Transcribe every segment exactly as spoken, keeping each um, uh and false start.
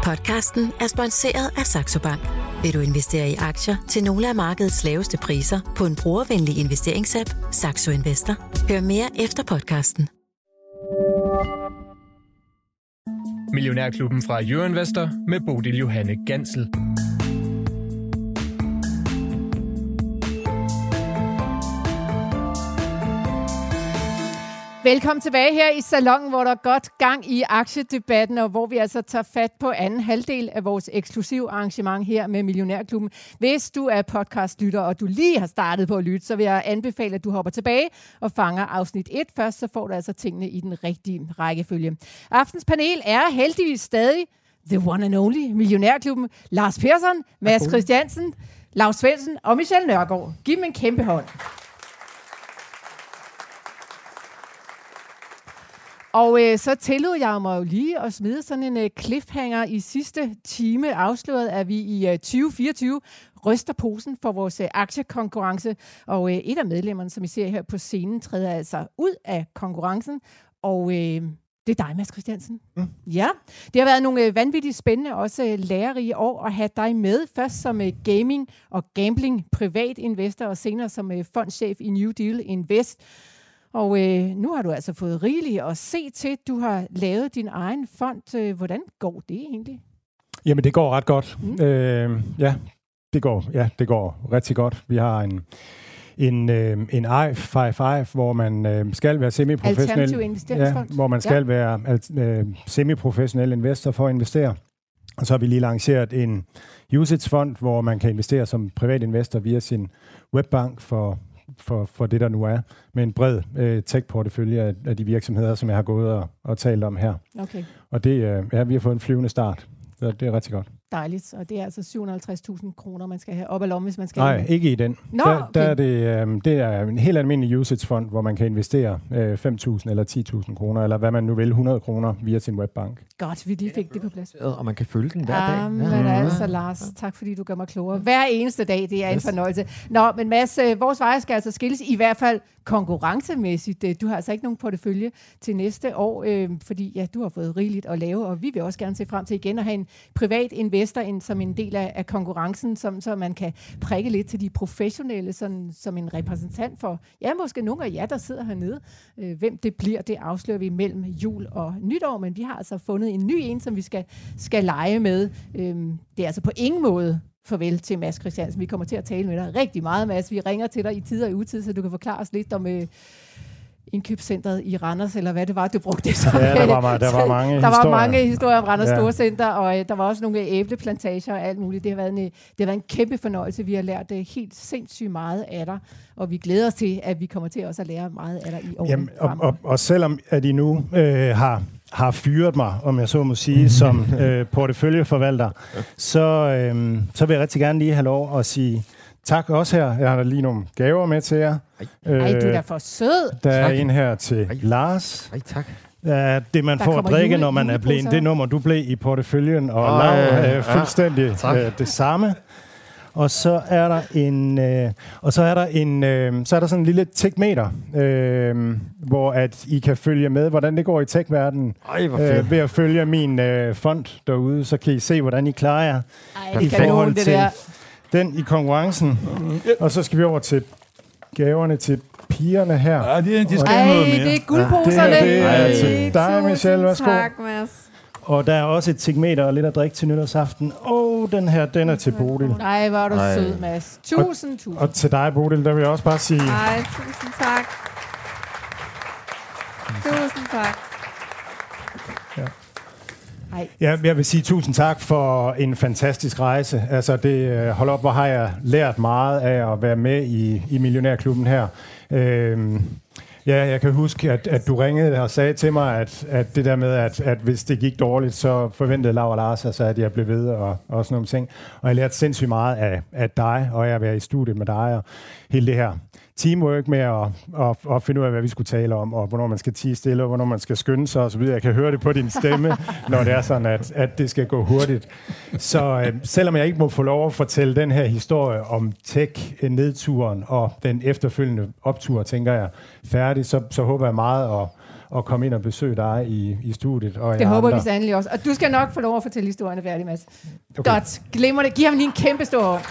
Podcasten er sponsoreret af Saxo Bank. Vil du investere i aktier til nogle af markedets laveste priser på en brugervenlig investeringsapp, Saxo Investor? Hør mere efter podcasten. Millionærklubben fra Euroinvestor med Bodil Johanne Gansel. Velkommen tilbage her i Salonen, hvor der er godt gang i aktiedebatten, og hvor vi altså tager fat på anden halvdel af vores eksklusive arrangement her med Millionærklubben. Hvis du er podcastlytter, og du lige har startet på at lytte, så vil jeg anbefale, at du hopper tilbage og fanger afsnit et først, så får du altså tingene i den rigtige rækkefølge. Aftens panel er heldigvis stadig the one and only Millionærklubben. Lars Persson, Mads Christiansen, Lars Svendsen og Michelle Nørgaard. Giv dem en kæmpe hånd. Og øh, så tillod jeg mig jo lige at smide sådan en øh, cliffhanger i sidste time, afsløret, at vi i øh, tyve fireogtyve ryster posen for vores øh, aktiekonkurrence. Og øh, et af medlemmerne, som I ser her på scenen, træder altså ud af konkurrencen. Og øh, det er dig, Mads Christiansen. Mm. Ja, det har været nogle øh, vanvittigt spændende, også øh, lærerige år at have dig med. Først som øh, gaming- og gambling-privatinvestor, og senere som øh, fondschef i New Deal Invest. Og øh, nu har du altså fået rigeligt at se til. Du har lavet din egen fond. Hvordan går det egentlig? Jamen, det går ret godt. Mm. Øh, ja, det går, ja, det går rigtig godt. Vi har en, en, øh, en I fem fem, hvor man øh, skal være semiprofessionel. Alternativ investeringsfond. Ja, hvor man skal ja. være øh, semiprofessionel investor for at investere. Og så har vi lige lanceret en usage-fond, hvor man kan investere som privatinvestor via sin webbank for For, for det, der nu er, med en bred øh, tech-portefølje af, af de virksomheder, som jeg har gået og, og talt om her. Okay. Og det, øh, ja, vi har fået en flyvende start. Så det er rigtig godt. Dejligt. Og det er altså syv hundrede og halvtreds tusind kroner, man skal have op ad lommen, hvis man skal... Nej, ikke i den. Nå, der, okay. der er det, øh, det er en helt almindelig usage-fond, hvor man kan investere øh, fem tusind eller ti tusind kroner, eller hvad man nu vil, hundrede kroner via sin webbank. Godt, vi lige fik det på plads. Og man kan følge den hver dag. Jamen, ja. altså, Lars, tak fordi du gør mig klogere. Hver eneste dag, det er en fornøjelse. Nå, men Mads, vores veje skal altså skilles, i hvert fald konkurrencemæssigt. Du har altså ikke nogen portefølje til næste år, øh, fordi ja, du har fået rigeligt at lave, og vi vil også gerne se frem til igen at have en privat investor en, som en del af, af konkurrencen, som, så man kan prikke lidt til de professionelle, sådan, som en repræsentant for, ja, måske nogle af jer, der sidder hernede. Øh, hvem det bliver, det afslører vi mellem jul og nytår, men vi har altså fundet en ny en, som vi skal, skal lege med. Øh, det er altså på ingen måde farvel til Mads Christiansen. Vi kommer til at tale med dig rigtig meget, Mads. Vi ringer til dig i tid og i utid, så du kan forklare os lidt om øh, indkøbscentret i Randers, eller hvad det var, du brugte. Så, ja, der var, der var mange der historier. var mange historier om Randers ja. Storcenter, og øh, der var også nogle æbleplantager og alt muligt. Det har været en, det har været en kæmpe fornøjelse. Vi har lært øh, helt sindssygt meget af dig, og vi glæder os til, at vi kommer til også at lære meget af dig i årene. Jamen, og, og, og selvom at I nu øh, har har fyret mig, om jeg så må sige, som øh, porteføljeforvalter, så, øh, så vil jeg rigtig gerne lige have lov at sige tak også her. Jeg har da lige nogle gaver med til jer. Ej, øh, du er da for sød. Der er tak. en her til Ej. Lars. Ej, tak. Ja, det, man der får at drikke, jule, når man er blind, det nummer, du blev i porteføljen, og oh, laver øh, ja. fuldstændig ja. øh, det samme. Og så er der en, øh, og så er der en, øh, så er der sådan en lille techmeter, øh, hvor at I kan følge med, hvordan det går i techverdenen. Ej, hvor fedt. Øh, ved at følge min øh, fond derude, så kan I se, hvordan I klarer jer. Ej, i forhold det til der. den i konkurrencen. Mm-hmm. Og så skal vi over til gaverne til pigerne her. Ja, de, de skal Ej, have noget mere. det er guldposerne. Det, det er Ej, til dig, Michelle. Værsgo. Tak, Mads. Og der er også et tegmeter og lidt at drikke til nytårsaften. Åh, oh, den her, den er til Bodil. Nej, hvor er du Ej. sød, Mads. Tusind, tusind. Og til dig, Bodil, der vil jeg også bare sige... Ej, tusind tak. Tusind tak. Ej. Ja, jeg vil sige tusind tak for en fantastisk rejse. Altså, det, hold op, hvor har jeg lært meget af at være med i, i Millionærklubben her. Øhm, ja, jeg kan huske, at, at du ringede og sagde til mig, at, at det der med, at, at hvis det gik dårligt, så forventede Laura Lars, altså, at jeg blev ved og, og sådan nogle ting. Og jeg lærte sindssygt meget af, af dig, og jeg har været i studiet med dig, og hele det her teamwork med at, at, at finde ud af, hvad vi skulle tale om, og hvornår man skal tie stille, og hvornår man skal skynde sig osv. Jeg kan høre det på din stemme, når det er sådan, at, at det skal gå hurtigt. Så øh, selvom jeg ikke må få lov at fortælle den her historie om tech-nedturen og den efterfølgende optur, tænker jeg, færdig, så, så håber jeg meget at, at komme ind og besøge dig i, i studiet. Og det håber andre. vi sandelig også. Og du skal nok få lov at fortælle historierne færdig, Mads. Okay. Godt. Glemmer det. Giv ham lige en kæmpe stor hånd.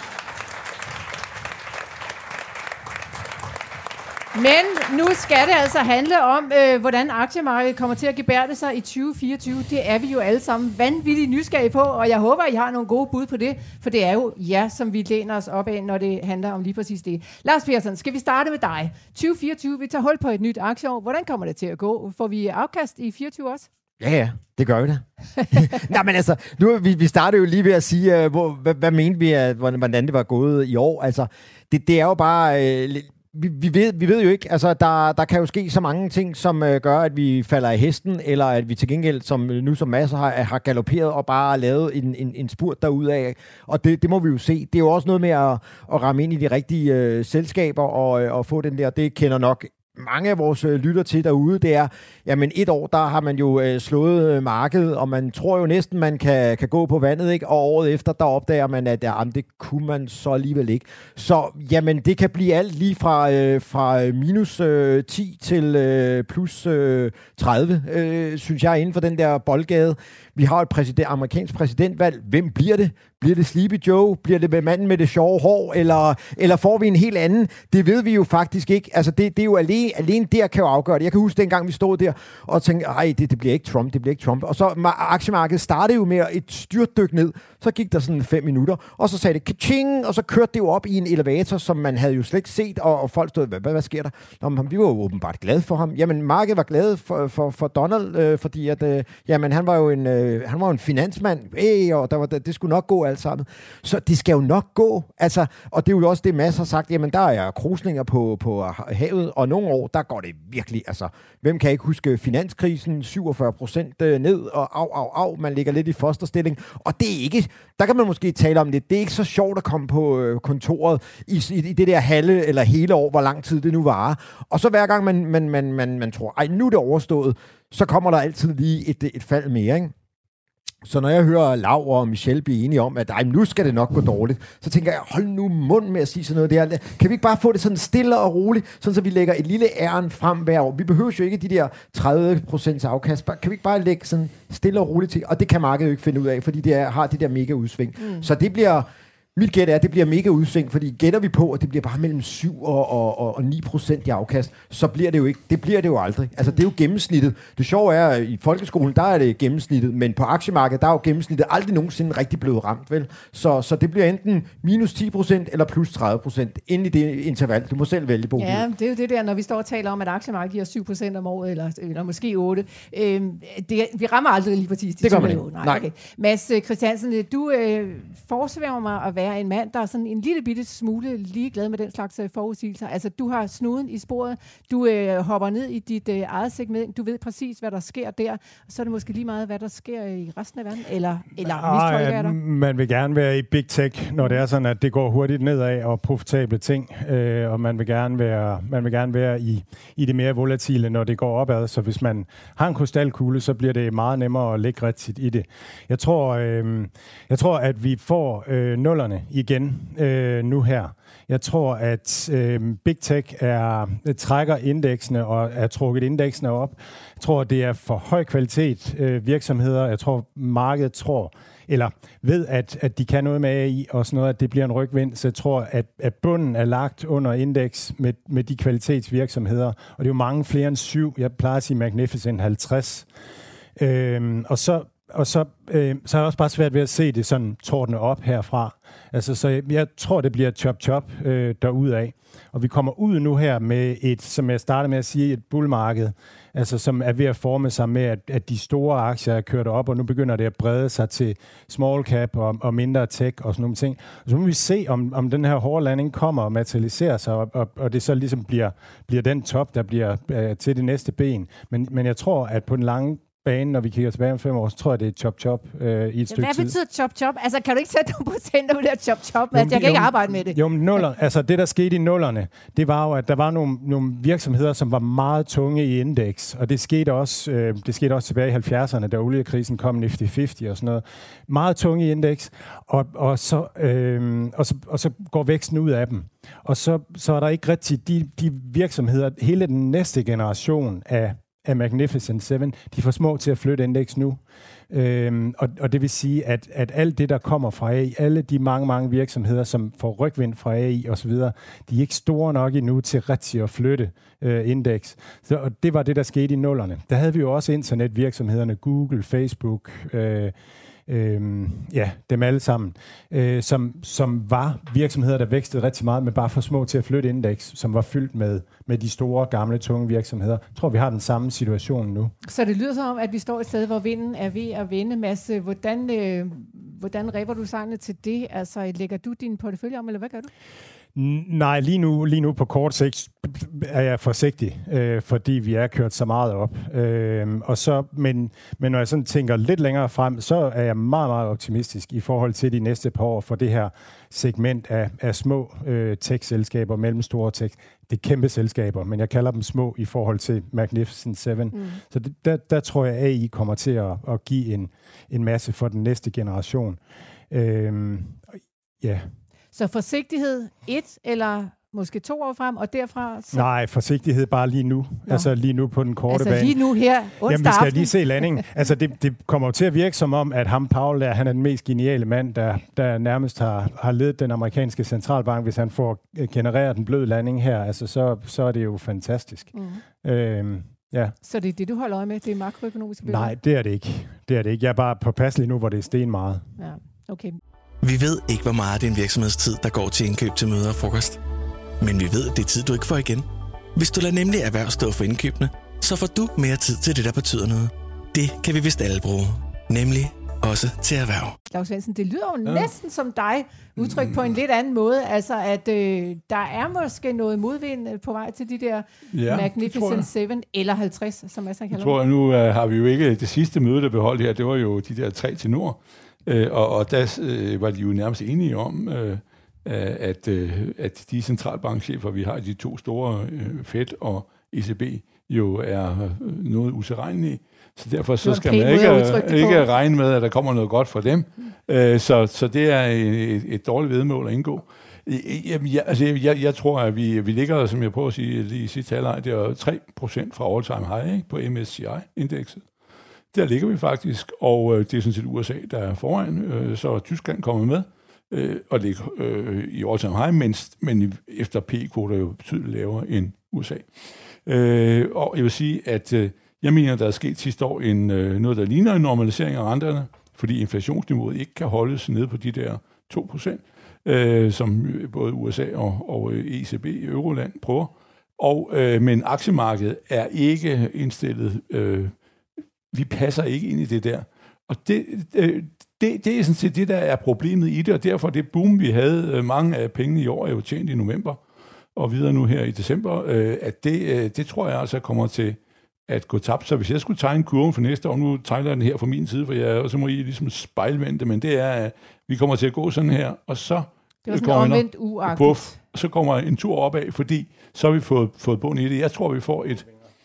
Men nu skal det altså handle om, øh, hvordan aktiemarkedet kommer til at gebærde sig i tyve fireogtyve. Det er vi jo alle sammen vanvittigt nysgerrige på, og jeg håber, I har nogle gode bud på det, for det er jo jer, som vi læner os op af, når det handler om lige præcis det. Lars Persson, skal vi starte med dig? tyve fireogtyve, vi tager hul på et nyt aktieår. Hvordan kommer det til at gå? Får vi afkast i fireogtyve også? Ja, ja, det gør vi da. Nej, men altså, nu, vi, vi startede jo lige ved at sige, uh, hvor, hvad, hvad mente vi, at, hvordan det var gået i år. Altså, det, det er jo bare... Uh, Vi, vi, ved, vi ved jo ikke, altså der, der kan jo ske så mange ting, som øh, gør, at vi falder af hesten, eller at vi til gengæld, som nu som masser har, har galopperet og bare lavet en, en, en spurt derudaf. Og det, det må vi jo se. Det er jo også noget med at, at ramme ind i de rigtige øh, selskaber og, øh, og få den der, det kender nok mange af vores øh, lytter til derude, det er, jamen et år, der har man jo øh, slået øh, markedet, og man tror jo næsten, man kan, kan gå på vandet, ikke? Og året efter, der opdager man, at ja, jamen, det kunne man så alligevel ikke. Så jamen, det kan blive alt lige fra, øh, fra minus øh, ti til øh, plus øh, tredive, øh, synes jeg, inden for den der boldgade. Vi har et præsident, amerikansk præsidentvalg. Hvem bliver det? Bliver det Sleepy Joe? Bliver det med manden med det sjove hår? Eller, eller får vi en helt anden? Det ved vi jo faktisk ikke. Altså, det, det er jo alene, alene der kan jo afgøre det. Jeg kan huske, dengang vi stod der og tænkte, ej, det, det bliver ikke Trump, det bliver ikke Trump. Og så aktiemarkedet startede jo med et styrtdyk ned. Så gik der sådan fem minutter, og så sagde det ka-ching, og så kørte det jo op i en elevator, som man havde jo slet ikke set, og, og folk stod, hvad, hvad, hvad sker der? Nå, men vi var jo åbenbart glade for ham. Jamen, markedet var glade for, for, for Donald, øh, fordi at, øh, jamen, han var jo en, øh, han var jo en finansmand, hey, og der var, det skulle nok gå alt sammen. Så det skal jo nok gå, altså, og det er jo også det, Mads har sagt, jamen, der er krusninger på, på havet, og nogle år, der går det virkelig, altså, hvem kan ikke huske finanskrisen, syvogfyrre procent ned, og au, au, au, man ligger lidt i fosterstilling, og det er ikke, der kan man måske tale om det, det er ikke så sjovt at komme på kontoret i, i, i det der halve eller hele år, hvor lang tid det nu varer, og så hver gang man, man, man, man, man tror, ej, nu er det overstået, så kommer der altid lige et, et fald mere, ikke? Så når jeg hører Laura og Michelle blive enige om, at ej, nu skal det nok gå dårligt, så tænker jeg, hold nu mund med at sige sådan noget der. Kan vi ikke bare få det sådan stille og roligt, sådan så vi lægger et lille æren frem hver år? Vi behøver jo ikke de der tredive procent afkast. Kan vi ikke bare lægge sådan stille og roligt til? Og det kan markedet jo ikke finde ud af, fordi det er, har det der mega udsving. Mm. Så det bliver... Mit gæt er, at det bliver mega udsving, fordi gætter vi på, at det bliver bare mellem syv og, og, og ni procent i afkast, så bliver det jo ikke. Det bliver det jo aldrig. Altså, det er jo gennemsnittet. Det sjove er, at i folkeskolen, der er det gennemsnittet, men på aktiemarkedet, der er jo gennemsnittet aldrig nogensinde rigtig blevet ramt, vel? Så, så det bliver enten minus ti procent eller plus tredive procent inde i det interval. Du må selv vælge, Bodil. Ja, det er jo det der, når vi står og taler om, at aktiemarkedet giver syv procent om året, eller, eller måske otte. Øhm, det, vi rammer aldrig lige præcis de det gør man ikke. Nej, Nej. Okay. Mads Christiansen, du øh, forsvæver mig at være en mand, der er sådan en lille bitte smule ligeglad med den slags forudsigelser. Altså, du har snuden i sporet, du øh, hopper ned i dit øh, eget segment, du ved præcis, hvad der sker der, og så er det måske lige meget, hvad der sker i resten af verden, eller, eller mistolker jeg dig? Man vil gerne være i big tech, når det er sådan, at det går hurtigt nedad og profitable ting, øh, og man vil gerne være, man vil gerne være i, i det mere volatile, når det går opad, så hvis man har en krystalkugle, så bliver det meget nemmere at lægge rigtigt i det. Jeg tror, øh, jeg tror at vi får øh, nullerne igen øh, nu her. Jeg tror, at øh, Big Tech er, trækker indeksene og er trukket indeksene op. Jeg tror, det er for høj kvalitet øh, virksomheder. Jeg tror, markedet tror, eller ved, at, at de kan noget med A I og sådan noget, at det bliver en rygvind. Så jeg tror, at, at bunden er lagt under indeks med, med de kvalitetsvirksomheder. Og det er jo mange flere end syv. Jeg plejer at sige Magnificent halvtreds. Øh, og så Og så, øh, så er det også bare svært ved at se det sådan tordne op herfra. Altså, så jeg, jeg tror, det bliver chop-chop øh, derudaf. Og vi kommer ud nu her med et, som jeg startede med at sige, et bullmarked, altså, som er ved at forme sig med, at, at de store aktier er kørt op, og nu begynder det at brede sig til small cap og, og mindre tech og sådan nogle ting. Og så må vi se, om, om den her hårde landing kommer og materialiserer sig, og, og, og det så ligesom bliver, bliver den top, der bliver øh, til det næste ben. Men, men jeg tror, at på den lange bane, når vi kigger tilbage om fem år, så tror jeg, det er chop-chop øh, i et stykke tid. Hvad betyder chop-chop? Altså, kan du ikke sætte nogle procenter ud af chop-chop? Altså, jeg kan ikke arbejde med det. Jo, men nuller, altså det, der skete i nullerne, det var jo, at der var nogle, nogle virksomheder, som var meget tunge i indeks, og det skete også, øh, det skete også tilbage i halvfjerdserne, da oliekrisen kom, Nifty halvtreds og sådan noget. Meget tunge i indeks, og, og, så, øh, og, så, og så går væksten ud af dem. Og så, så er der ikke rigtig de, de virksomheder, hele den næste generation af af Magnificent Seven, de er for små til at flytte indeks nu. Øhm, og, og det vil sige, at, at alt det, der kommer fra A I, alle de mange, mange virksomheder, som får rygvind fra A I osv., de er ikke store nok endnu til rigtig at flytte øh, indeks. Så, og det var det, der skete i nullerne. Der havde vi jo også internetvirksomhederne, Google, Facebook, øh, øh, ja, dem alle sammen, øh, som, som var virksomheder, der vækstede rigtig meget, men bare for små til at flytte indeks, som var fyldt med, med de store, gamle, tunge virksomheder. Jeg tror, vi har den samme situation nu. Så det lyder som om, at vi står et sted, hvor vinden er ved at vende. Mads, hvordan, øh, hvordan ræber du sejlene til det? Altså, lægger du din portefølje om, eller hvad gør du? Nej, lige nu, lige nu på kort sigt er jeg forsigtig, øh, fordi vi er kørt så meget op. Øh, og så, men, men når jeg sådan tænker lidt længere frem, så er jeg meget, meget optimistisk i forhold til de næste par år for det her segment af, af små øh, tech-selskaber, mellemstore tech. Det er kæmpe selskaber, men jeg kalder dem små i forhold til Magnificent Seven. Mm. Så det, der, der tror jeg, at A I kommer til at, at give en, en masse for den næste generation. Øh, ja. Så forsigtighed et eller måske to år frem, og derfra... Så... Nej, forsigtighed bare lige nu. Nå. Altså lige nu på den korte altså bane. Altså lige nu her, onsdag Jamen, vi skal aften. lige se landingen. Altså det, det kommer jo til at virke som om, at ham, Powell, der, han er den mest geniale mand, der, der nærmest har, har ledet den amerikanske centralbank. Hvis han får genereret den bløde landing her, altså så, så er det jo fantastisk. Mm. Øhm, ja. Så det er det, du holder øje med? Det er makroøkonomiske billeder? Nej, det er det ikke. Det er det ikke. Jeg er bare påpasselig nu, hvor det er sten meget. Ja, okay. Vi ved ikke, hvor meget af din virksomhedstid, der går til indkøb til møder og frokost. Men vi ved, at det er tid, du ikke får igen. Hvis du lader nemlig erhverv stå for indkøbene, så får du mere tid til det, der betyder noget. Det kan vi vist alle bruge. Nemlig også til erhverv. Claus Svendsen, det lyder jo ja. næsten som dig, udtrykt på en lidt anden måde. Altså, at øh, der er måske noget modvind på vej til de der ja, Magnificent Seven eller halvtreds, som jeg så kalder. Jeg tror, nu uh, har vi jo ikke det sidste møde, der beholdt her. Det var jo de der tre til nord. Uh, og, og der uh, var de jo nærmest enige om, uh, at, uh, at de centralbankchefer, vi har, de to store, uh, Fed og E C B, jo er noget utilregnelige. Så derfor så skal man ikke, ikke regne med, at der kommer noget godt fra dem. Mm. Så, så det er et, et dårligt vedmål at indgå. Jeg, jeg, altså jeg, jeg tror, at vi, vi ligger, som jeg prøver at sige lige i sidste halvleg, det er tre procent fra all-time high, ikke, på M S C I-indekset. Der ligger vi faktisk, og det er sådan set U S A, der er foran. Så er Tyskland kommet med og ligger i all-time high, mens, men efter P-kvoter er jo betydeligt lavere end U S A. Og jeg vil sige, at jeg mener, der er sket sidste år en, noget, der ligner en normalisering af renterne, fordi inflationsniveauet ikke kan holdes nede på de der to procent, øh, som både U S A og, og E C B i Euroland prøver. Og, øh, men aktiemarkedet er ikke indstillet. Øh, vi passer ikke ind i det der. Og det, øh, det, det er sådan set det, der er problemet i det, og derfor det boom, vi havde, mange af pengene i år, er jo tjent i november, og videre nu her i december, øh, at det, øh, det tror jeg altså kommer til at gå tabt. Så hvis jeg skulle tegne kurven for næste år, nu tegner jeg den her fra min side, for jeg, og så må I ligesom spejlvente, men det er, at vi kommer til at gå sådan her, og så det var sådan omvendt uagtigt. Puff, og så kommer en tur opad, fordi så har vi fået, fået bund i det. Jeg tror, vi får et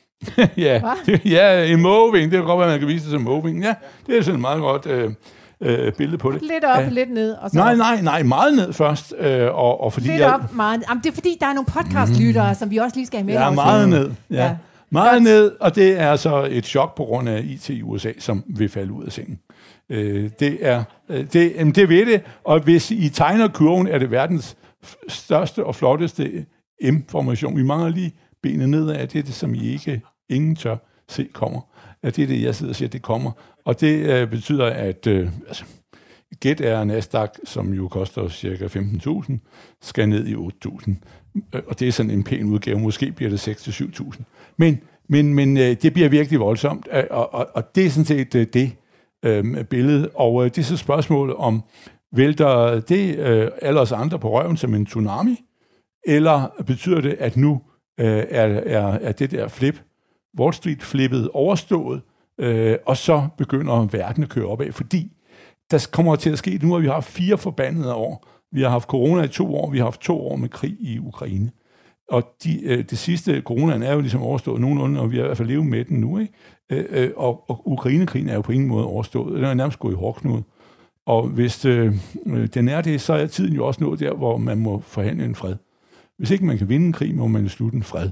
ja, det, ja, en moving. Det kan godt være, man kan vise det som moving. Ja, det er sådan et meget godt øh, øh, billede på det. Lidt op, uh, lidt ned. Og så nej, nej, nej, meget ned først. Øh, og, og fordi lidt jeg, op, meget. Jamen, det er fordi, der er nogle podcastlyttere, mm. som vi også lige skal have med. Ja, meget ned. Ja. ja. Meget godt. Ned, og det er altså et chok på grund af I T i U S A, som vil falde ud af sengen. Øh, det er det, jamen det ved det, og hvis I tegner kurven, er det verdens største og flotteste M-formation. Vi mangler lige benet nedad, det er det, som I ikke ingen tør se kommer. Det er det, jeg sidder og siger, det kommer. Og det øh, betyder, at øh, altså, Gæt er Nasdaq, som jo koster cirka femten tusind, skal ned i otte tusind. Og det er sådan en pæn udgave. Måske bliver det seks til syv tusind. Men, men, men øh, det bliver virkelig voldsomt, og, og, og det er sådan set øh, det øh, billede. Og øh, det er så spørgsmålet om, vælter det øh, alle os andre på røven som en tsunami, eller betyder det, at nu øh, er, er, er det der flip, Wall Street-flippet overstået, øh, og så begynder verden at køre opad, fordi der kommer til at ske, nu har vi haft fire forbandede år. Vi har haft corona i to år, vi har haft to år med krig i Ukraine. Og de, øh, det sidste, coronaen er jo ligesom overstået nogenlunde, og vi har i hvert fald levet med den nu, ikke? Øh, og, og Ukrainekrigen er jo på ingen måde overstået. Den er nærmest gået i hårdknud. Og hvis øh, den er det, så er tiden jo også nået der, hvor man må forhandle en fred. Hvis ikke man kan vinde en krig, må man slutte en fred.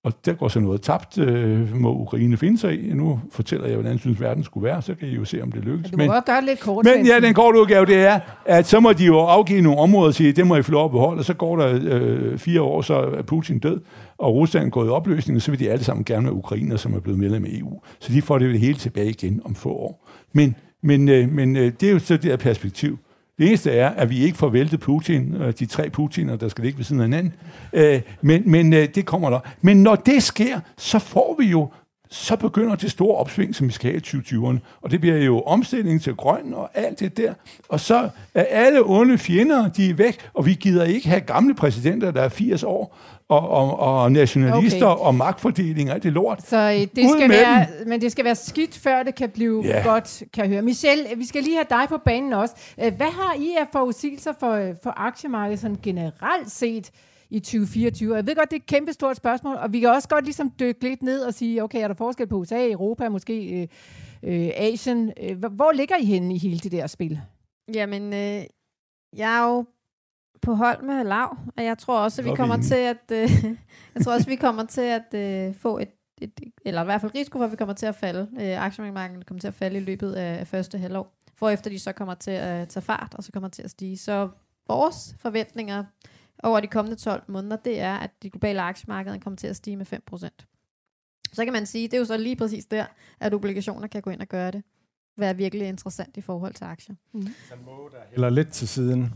Og der går så noget tabt, øh, må Ukraine finde sig i. Nu fortæller jeg, hvordan jeg synes, verden skulle være, så kan I jo se, om det lykkes. Ja, du må men, godt gøre det lidt kort. Men ja, den korte udgave, det er, at så må de jo afgive nogle områder og sige, det må I få lov at beholde, og så går der øh, fire år, så er Putin død, og Rusland er gået i opløsning, og så vil de alle sammen gerne være ukrainer, som er blevet medlem af E U. Så de får det jo hele tilbage igen om få år. Men, men, øh, men øh, det er jo så det her perspektiv. Det eneste er, at vi ikke får væltet Putin, de tre Putiner, der skal ligge ved siden af hinanden. Men, men det kommer der. Men når det sker, så får vi jo, så begynder det store opsving, som vi skal have i tyve tyverne. Og det bliver jo omstilling til grøn og alt det der. Og så er alle onde fjender, de er væk, og vi gider ikke have gamle præsidenter, der er firs år, og, og, og nationalister okay. og magtfordeling og alt det lort. Så øh, det skal være, men det skal være skidt, før det kan blive ja. godt, kan jeg høre. Michelle, vi skal lige have dig på banen også. Hvad har I af forudsigelser for, for aktiemarkedet sådan generelt set i tyve fireogtyve? Jeg ved godt, det er et kæmpe stort spørgsmål, og vi kan også godt ligesom dykke lidt ned og sige, okay, er der forskel på U S A, Europa, måske øh, øh, Asien? Hvor ligger I henne i hele det der spil? Jamen, øh, jeg er jo på hold med Lav, og jeg tror også, at vi kommer til at øh, jeg tror også, vi kommer til at øh, få et, et, eller i hvert fald risiko for, at vi kommer til at falde. Øh, aktiemarkedet kommer til at falde i løbet af første halvår, hvorefter de så kommer til at tage fart, og så kommer til at stige. Så vores forventninger over de kommende tolv måneder, det er, at de globale aktiemarkeder kommer til at stige med fem procent. Så kan man sige, det er jo så lige præcis der, at obligationer kan gå ind og gøre det. Være virkelig interessant i forhold til aktier. Mm. Så må der heller lidt til siden.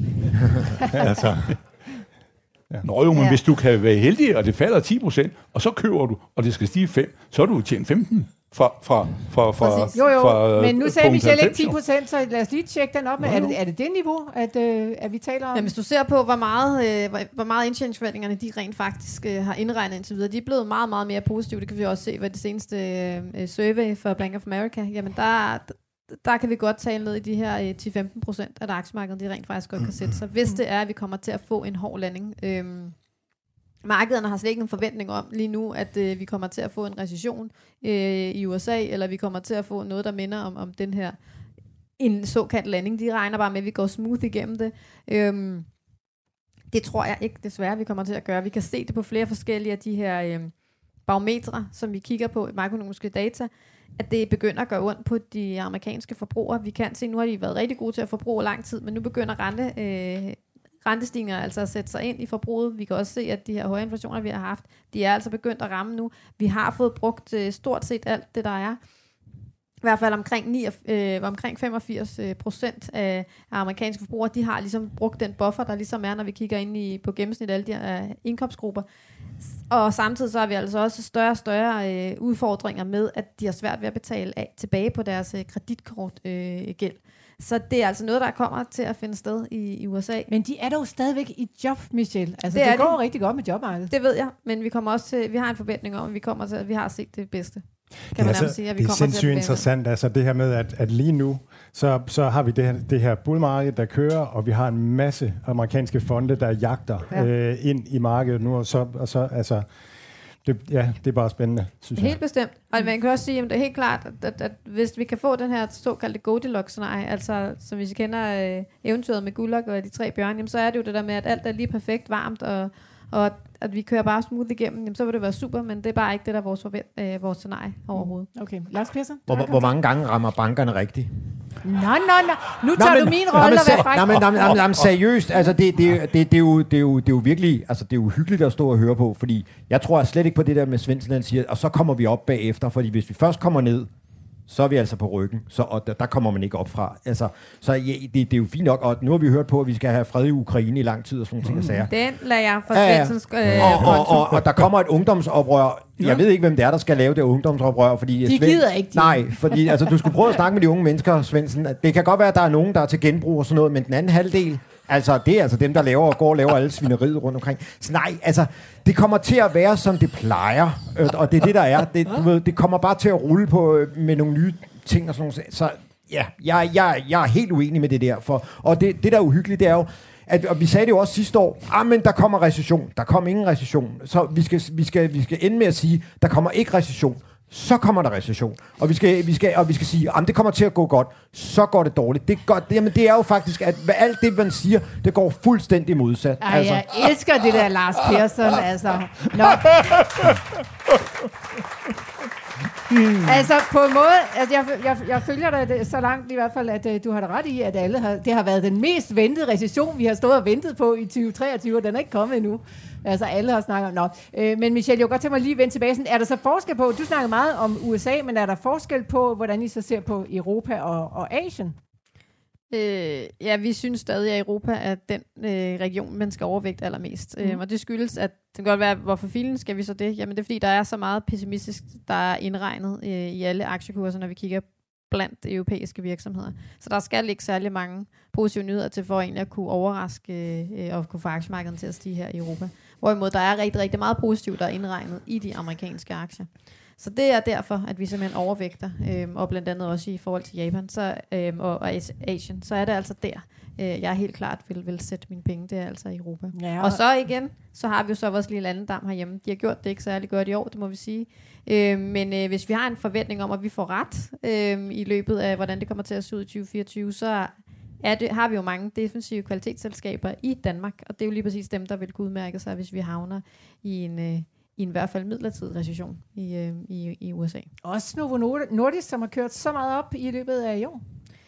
altså. Ja. Nå jo, men ja. hvis du kan være heldig, og det falder ti procent, og så køber du, og det skal stige fem, så er du tjent femten fra fra fra fra. Jo jo, fra, men nu sagde Michelle ikke ti procent, så lad os lige tjekke den op. Med. Er det er det det niveau, at øh, at vi taler om? Ja, hvis du ser på hvor meget øh, hvor, hvor meget indtjeningsforventningerne de rent faktisk øh, har indregnet indtil videre, de er blevet meget meget mere positive. Det kan vi også se ved det seneste øh, survey for Bank of America. Jamen der der kan vi godt tale ned i de her øh, ti til femten procent af aktiemarkedet, de rent faktisk godt kan sætte sig, hvis det er, at vi kommer til at få en hård landing. Øhm, markederne har slet ikke nogen forventning om lige nu, at øh, vi kommer til at få en recession øh, i U S A, eller vi kommer til at få noget, der minder om, om den her en såkaldt landing. De regner bare med, at vi går smooth igennem det. Øhm, det tror jeg ikke desværre, vi kommer til at gøre. Vi kan se det på flere forskellige af de her øh, barometre, som vi kigger på i makroøkonomiske data, at det begynder at gøre ondt på de amerikanske forbrugere. Vi kan se, nu har de været rigtig gode til at forbruge lang tid, men nu begynder rente, øh, rentestigninger altså at sætte sig ind i forbruget. Vi kan også se, at de her høje inflationer, vi har haft, de er altså begyndt at ramme nu. Vi har fået brugt øh, stort set alt det, der er. I hvert fald omkring, ni, øh, omkring femogfirs procent af amerikanske forbrugere, de har ligesom brugt den buffer, der ligesom er, når vi kigger ind i, på gennemsnit af alle de her uh, indkomstgrupper. Og samtidig så har vi altså også større og større øh, udfordringer med, at de har svært ved at betale af, tilbage på deres øh, kreditkortgæld. Øh, så det er altså noget, der kommer til at finde sted i, i U S A. Men de er dog stadigvæk i job, Michelle. Altså, det, det går de. rigtig godt med jobmarkedet. Det ved jeg, men vi kommer også til, vi har en forventning om, at vi kommer til, at vi har set det bedste. Kan man altså, sige, at vi det er sindssygt interessant, altså det her med, at, at lige nu, så, så har vi det her, det her bullmarked, der kører, og vi har en masse amerikanske fonde, der jagter ja. øh, ind i markedet nu, og så, og så altså, det, ja, det er bare spændende, synes jeg. Helt bestemt, og man kan også sige, at det er helt klart, at, at, at hvis vi kan få den her såkaldte Goldilocks-scenarie, altså som vi kender øh, eventyret med Gulag og de tre bjørne, jamen, så er det jo det der med, at alt er lige perfekt varmt, og og at vi kører bare smooth igennem, jamen, så vil det være super, men det er bare ikke det, der er vores, forvent, øh, vores scenarie overhovedet. Okay, Lars Persson? Hvor, hvor mange gange rammer bankerne rigtigt? Nå, nå, nå. Nu tager nå, men, du min rolle og være fræk. Nej, men, nej, nej, nej, seriøst, altså det, det, det, det, er jo, det, er jo, det er jo virkelig, altså det er jo hyggeligt at stå og høre på, fordi jeg tror slet ikke på det der med Svendsen, han siger, og så kommer vi op bagefter, fordi hvis vi først kommer ned, så er vi altså på ryggen, så, og der, der kommer man ikke op fra. Altså, så ja, det, det er jo fint nok, og nu har vi hørt på, at vi skal have fred i Ukraine i lang tid, og sådan nogle ting og sager. Den lader jeg for Svendsens ja, ja. øh, og, og, og, og der kommer et ungdomsoprør. Jeg ja. ved ikke, hvem det er, der skal lave det ungdomsoprør, fordi... De gider ikke, de. Nej, fordi altså, du skulle prøve at snakke med de unge mennesker, Svendsen. Det kan godt være, at der er nogen, der er til genbrug og sådan noget, men den anden halvdel, altså, det er altså dem, der laver og går og laver alle svineriet rundt omkring. Så nej, altså, det kommer til at være, som det plejer, og det er det, der er. Det, du ved, det kommer bare til at rulle på med nogle nye ting og sådan noget. Så ja, jeg, jeg, jeg er helt uenig med det der. For, og det, det, der er uhyggeligt, det er jo, at, og vi sagde det jo også sidste år, ah, men der kommer recession. Der kommer ingen recession. Så vi skal, vi, skal, vi skal ende med at sige, der kommer ikke recession. så kommer der recession. Og vi skal, vi skal, og vi skal sige, at det kommer til at gå godt, så går det dårligt. Det er, godt, det, jamen, det er jo faktisk, at alt det, man siger, det går fuldstændig modsat. Ej, altså. Jeg elsker det der Lars Persson, altså. Nå. Hmm. Altså på en måde, altså jeg, jeg, jeg følger dig så langt i hvert fald, at uh, du har da ret i, at alle har, det har været den mest ventede recession, vi har stået og ventet på i tyve treogtyve, og den er ikke kommet endnu. Altså alle har snakket om, nå. Øh, men Michelle, jeg kan godt tænke mig lige at vende tilbage. Sådan, er der så forskel på, du snakker meget om U S A, men er der forskel på, hvordan I så ser på Europa og, og Asien? Øh, ja, vi synes stadig, at Europa er den øh, region, man skal overvægte allermest. Mm. Øh, og det skyldes, at det kan godt være, hvorfor filen skal vi så det? Jamen det er fordi, der er så meget pessimistisk, der er indregnet øh, i alle aktiekurser, når vi kigger blandt europæiske virksomheder. Så der skal ikke særlig mange positive nyheder til for egentlig at kunne overraske øh, og kunne få aktiemarkedet til at stige her i Europa. Hvorimod der er rigtig, rigtig meget positivt, der er indregnet i de amerikanske aktier. Så det er derfor, at vi simpelthen overvægter, øhm, og blandt andet også i forhold til Japan så, øhm, og, og Asien, så er det altså der, øh, jeg helt klart vil, vil sætte mine penge, det er altså i Europa. Ja. Og så igen, så har vi jo så vores lille andendam herhjemme. De har gjort det ikke særlig godt i år, det må vi sige. Øh, men øh, hvis vi har en forventning om, at vi får ret øh, i løbet af, hvordan det kommer til at se ud i tyve fireogtyve, så er det, har vi jo mange defensive kvalitetsselskaber i Danmark, og det er jo lige præcis dem, der vil kunne udmærke sig, hvis vi havner i en... Øh, i en hvert fald midlertidig recession i, øh, i, i U S A. Også Novo Nordisk, som har kørt så meget op i løbet af i år.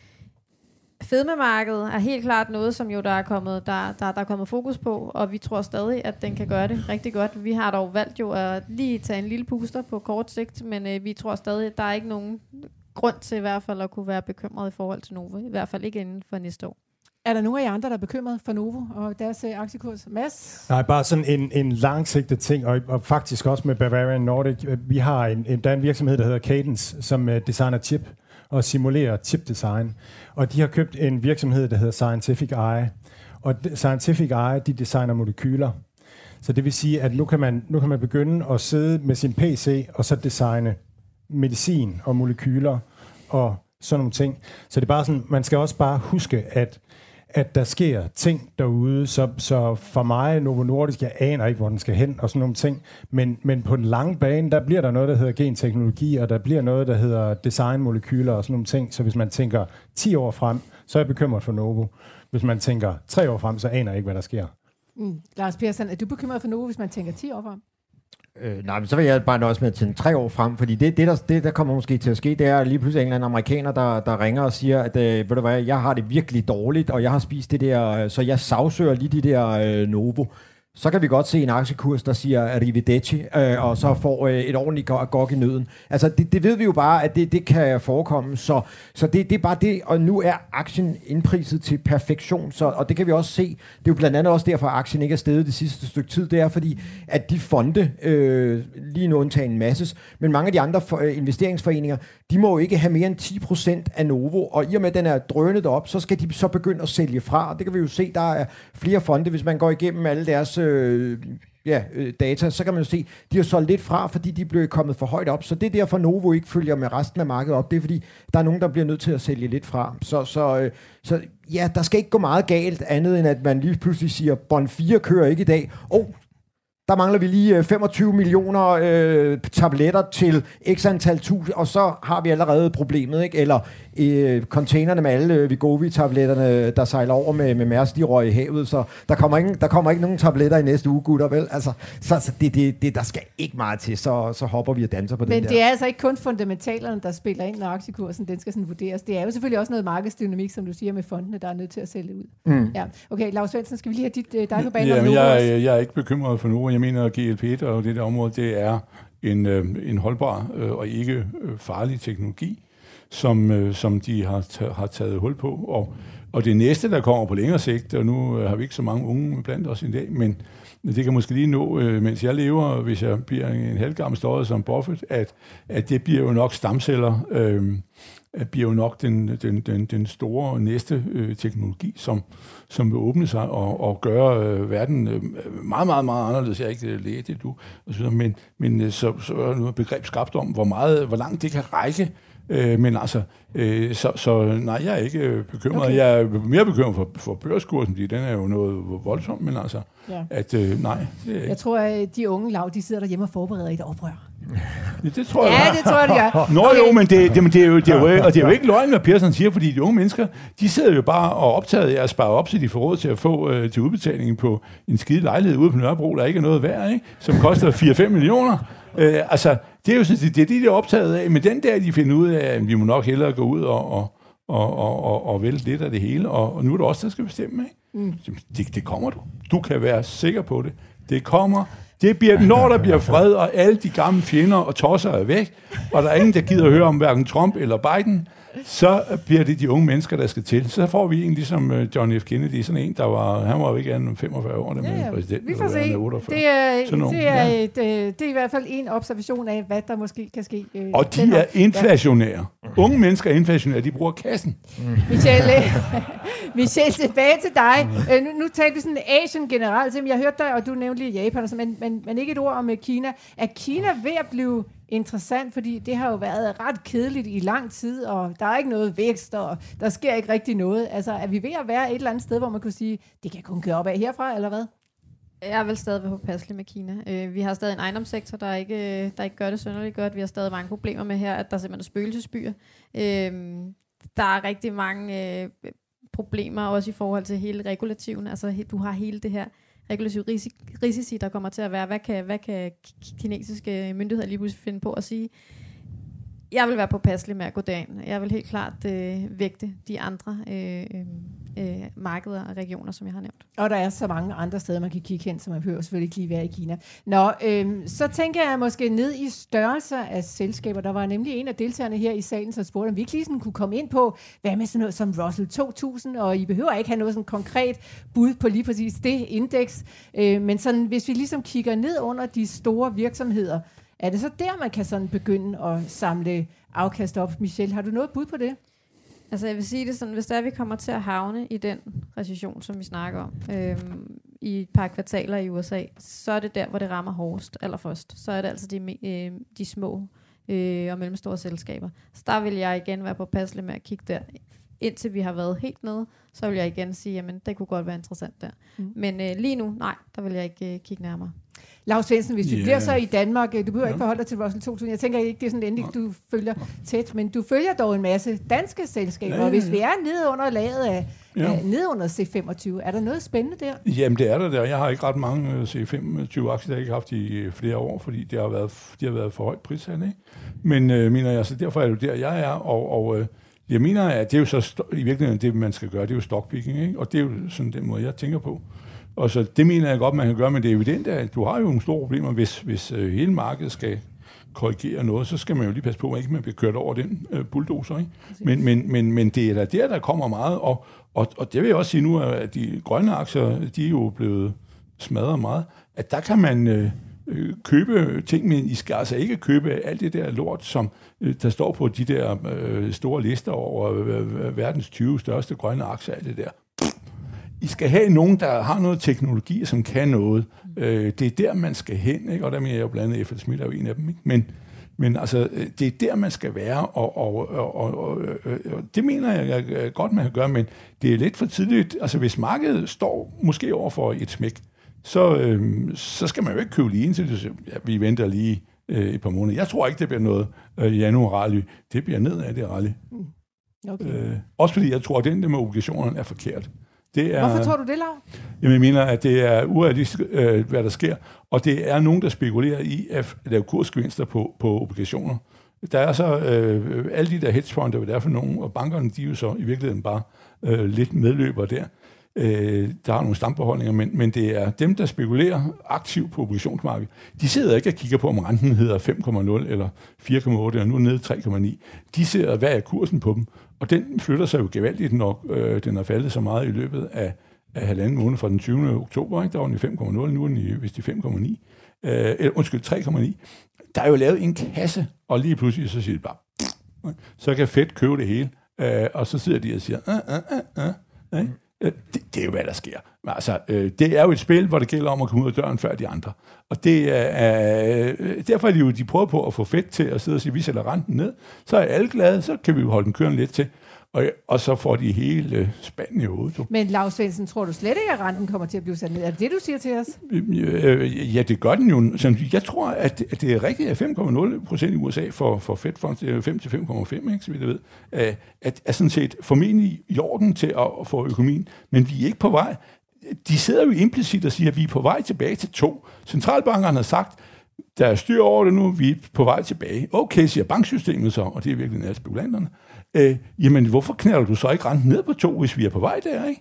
Fedmemarkedet er helt klart noget, som jo der er kommet, der, der, der er kommet fokus på, og vi tror stadig, at den kan gøre det rigtig godt. Vi har dog valgt jo at lige tage en lille puster på kort sigt, men øh, vi tror stadig, at der er ikke nogen grund til i hvert fald at kunne være bekymret i forhold til Novo. I hvert fald ikke inden for næste år. Er der nogen af jer andre, der er bekymret for Novo og deres uh, aktiekurs? Mads? Nej, bare sådan en, en langsigtet ting, og, og faktisk også med Bavarian Nordic. Vi har en, en, der er en virksomhed, der hedder Cadence, som uh, designer chip og simulerer chipdesign. Og de har købt en virksomhed, der hedder Scientific Eye. Og Scientific Eye, de designer molekyler. Så det vil sige, at nu kan man, nu kan man begynde at sidde med sin P C og så designe medicin og molekyler og sådan nogle ting. Så det er bare sådan, man skal også bare huske, at at der sker ting derude, så, så for mig, Novo Nordisk, jeg aner ikke, hvor den skal hen, og sådan nogle ting, men, men på den lange bane, der bliver der noget, der hedder genteknologi, og der bliver noget, der hedder designmolekyler og sådan nogle ting, så hvis man tænker ti år frem, så er jeg bekymret for Novo. Hvis man tænker tre år frem, så aner jeg ikke, hvad der sker. Mm. Lars Persson, er du bekymret for Novo, hvis man tænker ti år frem? Øh, nej, men så vil jeg bare nøjes med at tænke tre år frem, fordi det, det, der, det, der kommer måske til at ske, det er lige pludselig en eller anden amerikaner, der, der ringer og siger, at øh, ved du hvad, jeg har det virkelig dårligt, og jeg har spist det der, øh, så jeg sagsøger lige de der øh, Novo. Så kan vi godt se en aktiekurs, der siger arrivederci, øh, og så får øh, et ordentligt gok i nøden. Altså, det, det ved vi jo bare, at det, det kan forekomme, så, så det, det er bare det, og nu er aktien indpriset til perfektion, så, og det kan vi også se. Det er jo blandt andet også derfor, at aktien ikke er steget det sidste stykke tid. Det er fordi, at de fonde, øh, lige nu undtagen en masse, men mange af de andre for, øh, investeringsforeninger, de må jo ikke have mere end ti procent af Novo, og i og med, at den er drønet op, så skal de så begynde at sælge fra, og det kan vi jo se, der er flere fonde, hvis man går igennem alle deres øh, ja, øh, data, så kan man jo se, de har solgt lidt fra, fordi de blev kommet for højt op, så det er derfor Novo ikke følger med resten af markedet op, det er fordi, der er nogen, der bliver nødt til at sælge lidt fra, så, så, øh, så ja, der skal ikke gå meget galt, andet end at man lige pludselig siger, Bond fire kører ikke i dag, og der mangler vi lige femogtyve millioner øh, tabletter til x antal tusind, og så har vi allerede problemet, ikke? Eller øh, containerne med alle øh, Wegovy-tabletterne, der sejler over med, med Mærsk, de røg i havet, så der kommer, ingen, der kommer ikke nogen tabletter i næste uge, gutter, vel? Altså, så, så det, det, det, der skal ikke meget til, så, så hopper vi og danser på Men den der. Men det er altså ikke kun fundamentalerne, der spiller ind, når aktiekursen den skal sådan vurderes. Det er jo selvfølgelig også noget markedsdynamik, som du siger, med fondene, der er nødt til at sælge ud. Mm. Ja. Okay, Lars Svendsen, skal vi lige have dit, dig på banen? Jamen, jeg, jeg er ikke bekymret for Novo. Jeg mener, at G L P et og det der område, det er en, øh, en holdbar øh, og ikke øh, farlig teknologi, som, øh, som de har, t- har taget hul på. Og, og det næste, der kommer på længere sigt, og nu øh, har vi ikke så mange unge blandt os i dag, men det kan måske lige nå, øh, mens jeg lever, hvis jeg bliver en halvgammel støjet som Buffett, at, at det bliver jo nok stamceller, øh, bliver jo nok den, den, den, den store næste øh, teknologi, som, som vil åbne sig og, og gøre øh, verden øh, meget, meget, meget anderledes. Jeg er ikke læge, det du, og så videre, men, men øh, så, så er noget begreb skabt om, hvor, meget, hvor langt det kan række. Øh, men altså, øh, så, så nej, jeg er ikke bekymret. Okay. Jeg er mere bekymret for, for børskursen, fordi den er jo noget voldsomt, men altså, ja. at øh, nej. Det er ikke. Jeg tror, at de unge lav, de sidder derhjemme og forbereder et oprør. Ja, det tror jeg. Ja, det tror jeg, det gør. Nå okay. Jo, men det, det, det, er jo, det, er jo, og det er jo ikke løgn, hvad Persson siger, fordi de unge mennesker, de sidder jo bare og optaget af at spare op, så de får råd til at få øh, til udbetalingen på en skide lejlighed ude på Nørrebro, der ikke er noget værd, ikke? Som koster fire til fem millioner. Øh, altså, det er jo sådan, det er det, de er optaget af. Men den der, de finder ud af, at vi må nok hellere gå ud og, og, og, og, og, og vælge lidt af det hele, og, og nu er det også, der skal bestemme, ikke? Mm. Det, det kommer du. Du kan være sikker på det. Det kommer. Det bliver, når der bliver fred, og alle de gamle fjender og tosser er væk, og der er ingen, der gider at høre om hverken Trump eller Biden, så bliver det de unge mennesker, der skal til. Så får vi en ligesom John F. Kennedy, sådan en, der var, han var jo ikke andet end femogfyrre år, der ja, ja. præsident. Vi får se. Det er, det, er ja. et, det er i hvert fald en observation af, hvad der måske kan ske. Og de er inflationære. Unge mennesker er inflationære, de bruger kassen. Mm. Michelle, Michelle, tilbage til dig. Nu, nu talte vi sådan Asien generelt. Jeg hørte dig, og du nævnte lige Japan, og så, men, men, men ikke et ord om Kina. Er Kina ved at blive interessant, fordi det har jo været ret kedeligt i lang tid, og der er ikke noget vækst, og der sker ikke rigtig noget. Altså, er vi ved at være et eller andet sted, hvor man kunne sige, det kan kun køre op af herfra, eller hvad? Jeg vil stadig være påpasselig med Kina. Uh, vi har stadig en ejendomssektor, der ikke, der ikke gør det synderligt godt. Vi har stadig mange problemer med her, at der simpelthen er spøgelsesbyer. Uh, der er rigtig mange uh, problemer, også i forhold til hele regulativen. Altså, du har hele det her regulative risici, der kommer til at være. Hvad kan, hvad kan kinesiske myndigheder lige pludselig finde på at sige? Jeg vil være påpasselig med at gå derind. Jeg vil helt klart øh, vægte de andre øh, øh, markeder og regioner, som jeg har nævnt. Og der er så mange andre steder, man kan kigge hen, så man behøver selvfølgelig ikke lige være i Kina. Nå, øh, så tænker jeg måske ned i størrelser af selskaber. Der var nemlig en af deltagerne her i salen, som spurgte, om vi ikke lige sådan kunne komme ind på, hvad med sådan noget som Russell to tusind, og I behøver ikke have noget sådan konkret bud på lige præcis det indeks. Øh, men sådan, hvis vi ligesom kigger ned under de store virksomheder, er det så der, man kan sådan begynde at samle afkast op? Michelle, har du noget bud på det? Altså jeg vil sige det sådan, hvis der vi kommer til at havne i den recession, som vi snakker om, øhm, i et par kvartaler i U S A, så er det der, hvor det rammer hårdest allerførst. Så er det altså de, øh, de små øh, og mellemstore selskaber. Så der vil jeg igen være påpasselig med at kigge der. Indtil vi har været helt nede, så vil jeg igen sige, jamen det kunne godt være interessant der. Mm. Men øh, lige nu, nej, der vil jeg ikke øh, kigge nærmere. Lars Svendsen, hvis du yeah. bliver så i Danmark, du behøver ja. ikke forholde dig til Russell to tusind. Jeg tænker ikke, det er sådan endelig, du følger tæt, men du følger dog en masse danske selskaber, ja, ja, ja. Og hvis vi er nede under laget af, ja. af nede under C femogtyve, er der noget spændende der? Jamen det er der der. Jeg har ikke ret mange C femogtyve aktier, der jeg ikke har haft i flere år, fordi det har været, de har været for højt prissat, ikke? Men øh, mener jeg, så derfor er det der, jeg er, og, og øh, jeg mener, at det er jo så st- i virkeligheden det, man skal gøre, det er jo stockpicking, ikke? Og det er jo sådan den måde, jeg tænker på. Og så det mener jeg godt, man kan gøre, men det er evident, at du har jo nogle store problemer, hvis, hvis øh, hele markedet skal korrigere noget, så skal man jo lige passe på, at ikke man bliver kørt over den øh, bulldozer, ikke? Men, men, men, men det er der, der, der kommer meget, og, og, og det vil jeg også sige nu, at de grønne aktier, de er jo blevet smadret meget, at der kan man øh, købe ting, men I skal altså ikke købe alt det der lort, som øh, der står på de der øh, store lister over øh, verdens tyve største grønne aktier, alt det der. I skal have nogen, der har noget teknologi, som kan noget. Øh, det er der, man skal hen, ikke? Og der mener jeg jo blandt andet F L Smith er jo en af dem, ikke? Men, men altså, det er der, man skal være, og, og, og, og, og, og det mener jeg godt, man kan gøre, men det er lidt for tidligt. Altså, hvis markedet står måske over for et smæk, så, øh, så skal man jo ikke købe lige ind til det. Ja, vi venter lige øh, et par måneder. Jeg tror ikke, det bliver noget øh, januar-rally. Det bliver nedad, det rally. Okay. Øh, også fordi jeg tror, at den der med obligationerne er forkert. Det er, hvorfor tror du det, Lav? Jeg mener, at det er urealistisk, øh, hvad der sker, og det er nogen, der spekulerer i at lave kursgevinster på, på obligationer. Der er så øh, alle de der hedgefonde, der er for nogen, og bankerne, de er jo så i virkeligheden bare øh, lidt medløbere der. Øh, der har nogle stambeholdninger, men, men det er dem, der spekulerer aktivt på obligationsmarkedet. De sidder ikke og kigger på, om renten hedder fem komma nul eller fire komma otte, eller nu nede tre komma ni. De sidder, hvad er kursen på dem? Og den flytter sig jo gevaldigt, når øh, den er faldet så meget i løbet af, af halvanden måned fra den tyvende oktober. Ikke? Der var den i fem komma nul, nu er den i, hvis de fem komma ni. Øh, eller, undskyld, tre komma ni. Der er jo lavet en kasse, og lige pludselig så siger det bare, så kan Fed købe det hele, øh, og så sidder de og siger, øh, øh, øh, øh, øh. Det, det er jo, hvad der sker. Men altså, øh, det er jo et spil, hvor det gælder om at komme ud af døren før de andre. Og det er, øh, derfor er de jo, de prøver på at få Fed til at sidde og sige, vi sætter renten ned, så er alle glade, så kan vi jo holde den kørende lidt til. Og, og så får de hele spanden i hovedet. Men Lars Svendsen, tror du slet ikke, at renten kommer til at blive sat ned? Er det det, du siger til os? Ja, det gør den jo. Jeg tror, at det er rigtigt, at fem komma nul procent i U S A for, for Fed Funds, det er fem til fem komma fem, ikke, så vidt jeg ved, at er sådan set formentlig i orden til at få økonomien, men vi er ikke på vej. De sidder jo implicit og siger, at vi er på vej tilbage til to. Centralbankerne har sagt, der er styr over det nu, vi er på vej tilbage. Okay, siger banksystemet så, og det er virkelig nær spekulanterne. Øh, jamen, hvorfor knalder du så ikke renten ned på to, hvis vi er på vej der, ikke?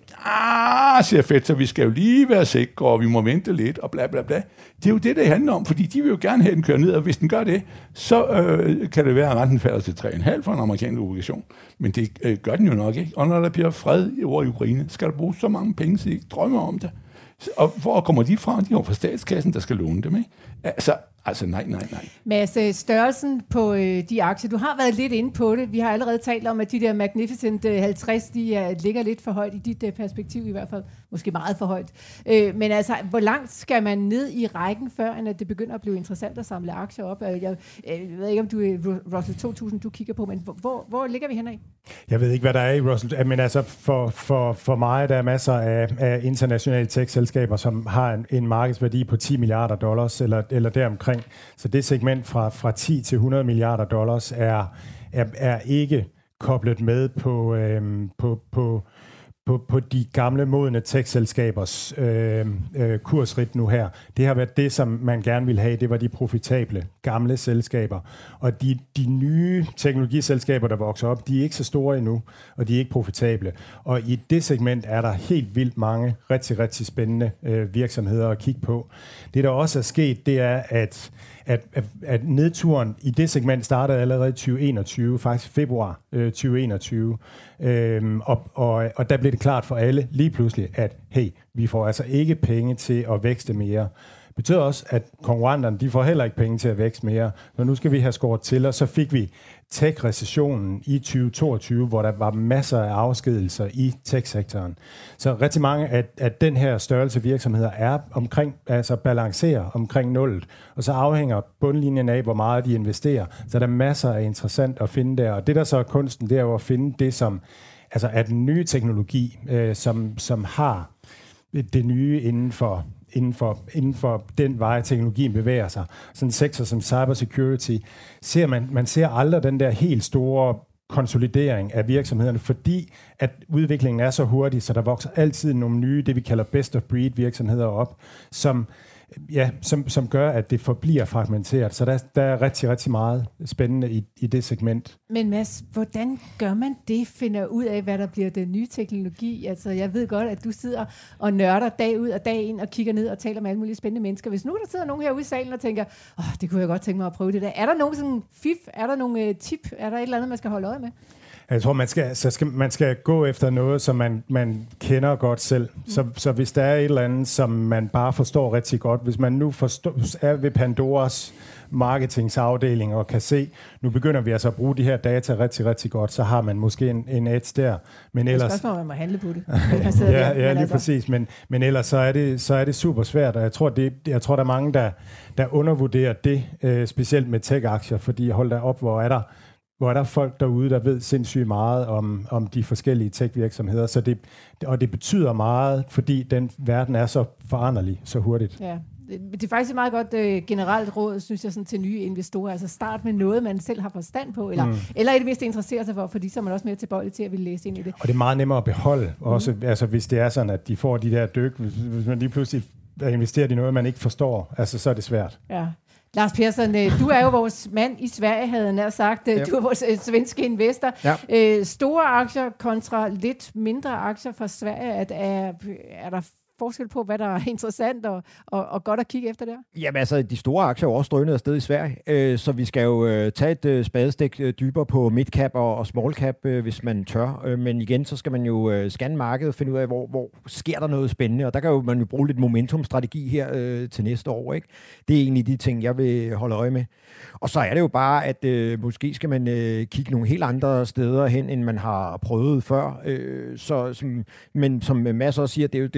Ah, siger Fed, så vi skal jo lige være sikre, og vi må vente lidt, og bla bla bla. Det er jo det, det handler om, fordi de vil jo gerne have den kørt ned, og hvis den gør det, så øh, kan det være, at renten falder til tre komma fem for en amerikansk obligation. Men det øh, gør den jo nok ikke. Og når der bliver fred over i Ukraine, skal der bruges så mange penge, så de ikke drømmer om det. Og hvor kommer de fra? De er fra statskassen, der skal låne dem, ikke? Altså, altså nej, nej, nej. Mads, størrelsen på øh, de aktier, du har været lidt inde på det. Vi har allerede talt om, at de der Magnificent halvtreds, de er, ligger lidt for højt i dit uh, perspektiv i hvert fald. Måske meget for højt. Øh, men altså, hvor langt skal man ned i rækken, før end at det begynder at blive interessant at samle aktier op? Jeg, jeg, jeg ved ikke, om du er Russell to tusind, du kigger på, men hvor, hvor ligger vi henad? Jeg ved ikke, hvad der er i Russell. Men altså, for, for, for mig, der er masser af, af internationale tech-selskaber, som har en, en markedsværdi på ti milliarder dollars, eller, eller deromkring. Så det segment fra, fra ti til hundrede milliarder dollars er, er, er ikke koblet med på, øhm, på, på, på, på de gamle modne tech-selskabers øh, øh, kursrit nu her. Det har været det, som man gerne ville have. Det var de profitable gamle selskaber. Og de, de nye teknologiselskaber, der vokser op, de er ikke så store endnu, og de er ikke profitable. Og i det segment er der helt vildt mange rigtig, rigtig spændende øh, virksomheder at kigge på. Det, der også er sket, det er, at At, at, at nedturen i det segment startede allerede i tyve enogtyve, faktisk februar øh, tyve enogtyve, øhm, og, og, og der blev det klart for alle lige pludselig, at hey, vi får altså ikke penge til at vækste mere. Det betyder også, at konkurrenterne, de får heller ikke penge til at vækste mere, så nu skal vi have skåret til, og så fik vi tech-recessionen i tyve toogtyve, hvor der var masser af afskedelser i tech-sektoren. Så rigtig mange af, af den her størrelse virksomheder er omkring, altså balancerer omkring nullet, og så afhænger bundlinjen af, hvor meget de investerer. Så der er masser af interessant at finde der, og det der så er kunsten, det er jo at finde det, som altså er den nye teknologi, øh, som, som har det nye inden for Inden for, inden for den vej, teknologien bevæger sig. Sådan en sektor som cybersecurity, ser man, man ser aldrig den der helt store konsolidering af virksomhederne, fordi at udviklingen er så hurtig, så der vokser altid nogle nye, det vi kalder best of breed virksomheder op, som Ja, som, som gør, at det forbliver fragmenteret. Så der, der er rigtig, rigtig meget spændende i, i det segment. Men Mads, hvordan gør man det? Finder ud af, hvad der bliver den nye teknologi? Altså, jeg ved godt, at du sidder og nørder dag ud og dag ind og kigger ned og taler med alle mulige spændende mennesker. Hvis nu der sidder nogen herude i salen og tænker, åh, oh, det kunne jeg godt tænke mig at prøve det der. Er der nogen sådan fif? Er der nogle uh, tip? Er der et eller andet, man skal holde øje med? Jeg tror, man skal, så skal, man skal gå efter noget, som man, man kender godt selv. Mm. Så, så hvis der er et eller andet, som man bare forstår rigtig godt, hvis man nu forstår, er ved Pandoras marketingsafdeling og kan se, nu begynder vi altså at bruge de her data rigtig, rigtig godt, så har man måske en, en edge der. Men det er ellers, spørgsmål, man må handle på det. ja, ja, ja, lige altså. præcis. Men, men ellers så er, det, så er det super svært, og jeg tror, det, jeg tror der er mange, der, der undervurderer det, øh, specielt med tech-aktier, fordi hold da op, hvor er der hvor er der folk derude, der ved sindssygt meget om, om de forskellige tech-virksomheder. Så det, og det betyder meget, fordi den verden er så foranderlig så hurtigt. Ja. Det er faktisk et meget godt uh, generelt råd, synes jeg, sådan, til nye investorer. Altså start med noget, man selv har forstand på, eller, mm. eller i det mindste interesserer sig for, fordi så er man også mere tilbøjelig til at ville læse ind i det. Og det er meget nemmere at beholde, mm. også altså, hvis det er sådan, at de får de der dyk, hvis man lige pludselig investerer i noget, man ikke forstår, altså så er det svært. Ja. Lars Persson, du er jo vores mand i Sverige, havde jeg nær sagt. Du er vores øh, svenske investor. Ja. Øh, store aktier kontra lidt mindre aktier fra Sverige. At, er, er der forskel på, hvad der er interessant og, og, og godt at kigge efter der? Jamen altså, de store aktier er også drønet afsted i Sverige, øh, så vi skal jo øh, tage et øh, spadestik øh, dybere på midcap og, og smallcap, øh, hvis man tør. Øh, men igen, så skal man jo øh, scanne markedet og finde ud af, hvor, hvor sker der noget spændende, og der kan jo man jo bruge lidt momentumstrategi her øh, til næste år, ikke? Det er egentlig de ting, jeg vil holde øje med. Og så er det jo bare, at øh, måske skal man øh, kigge nogle helt andre steder hen, end man har prøvet før. Øh, så, som, men som Mads også siger, det er jo, det er jo svært at finde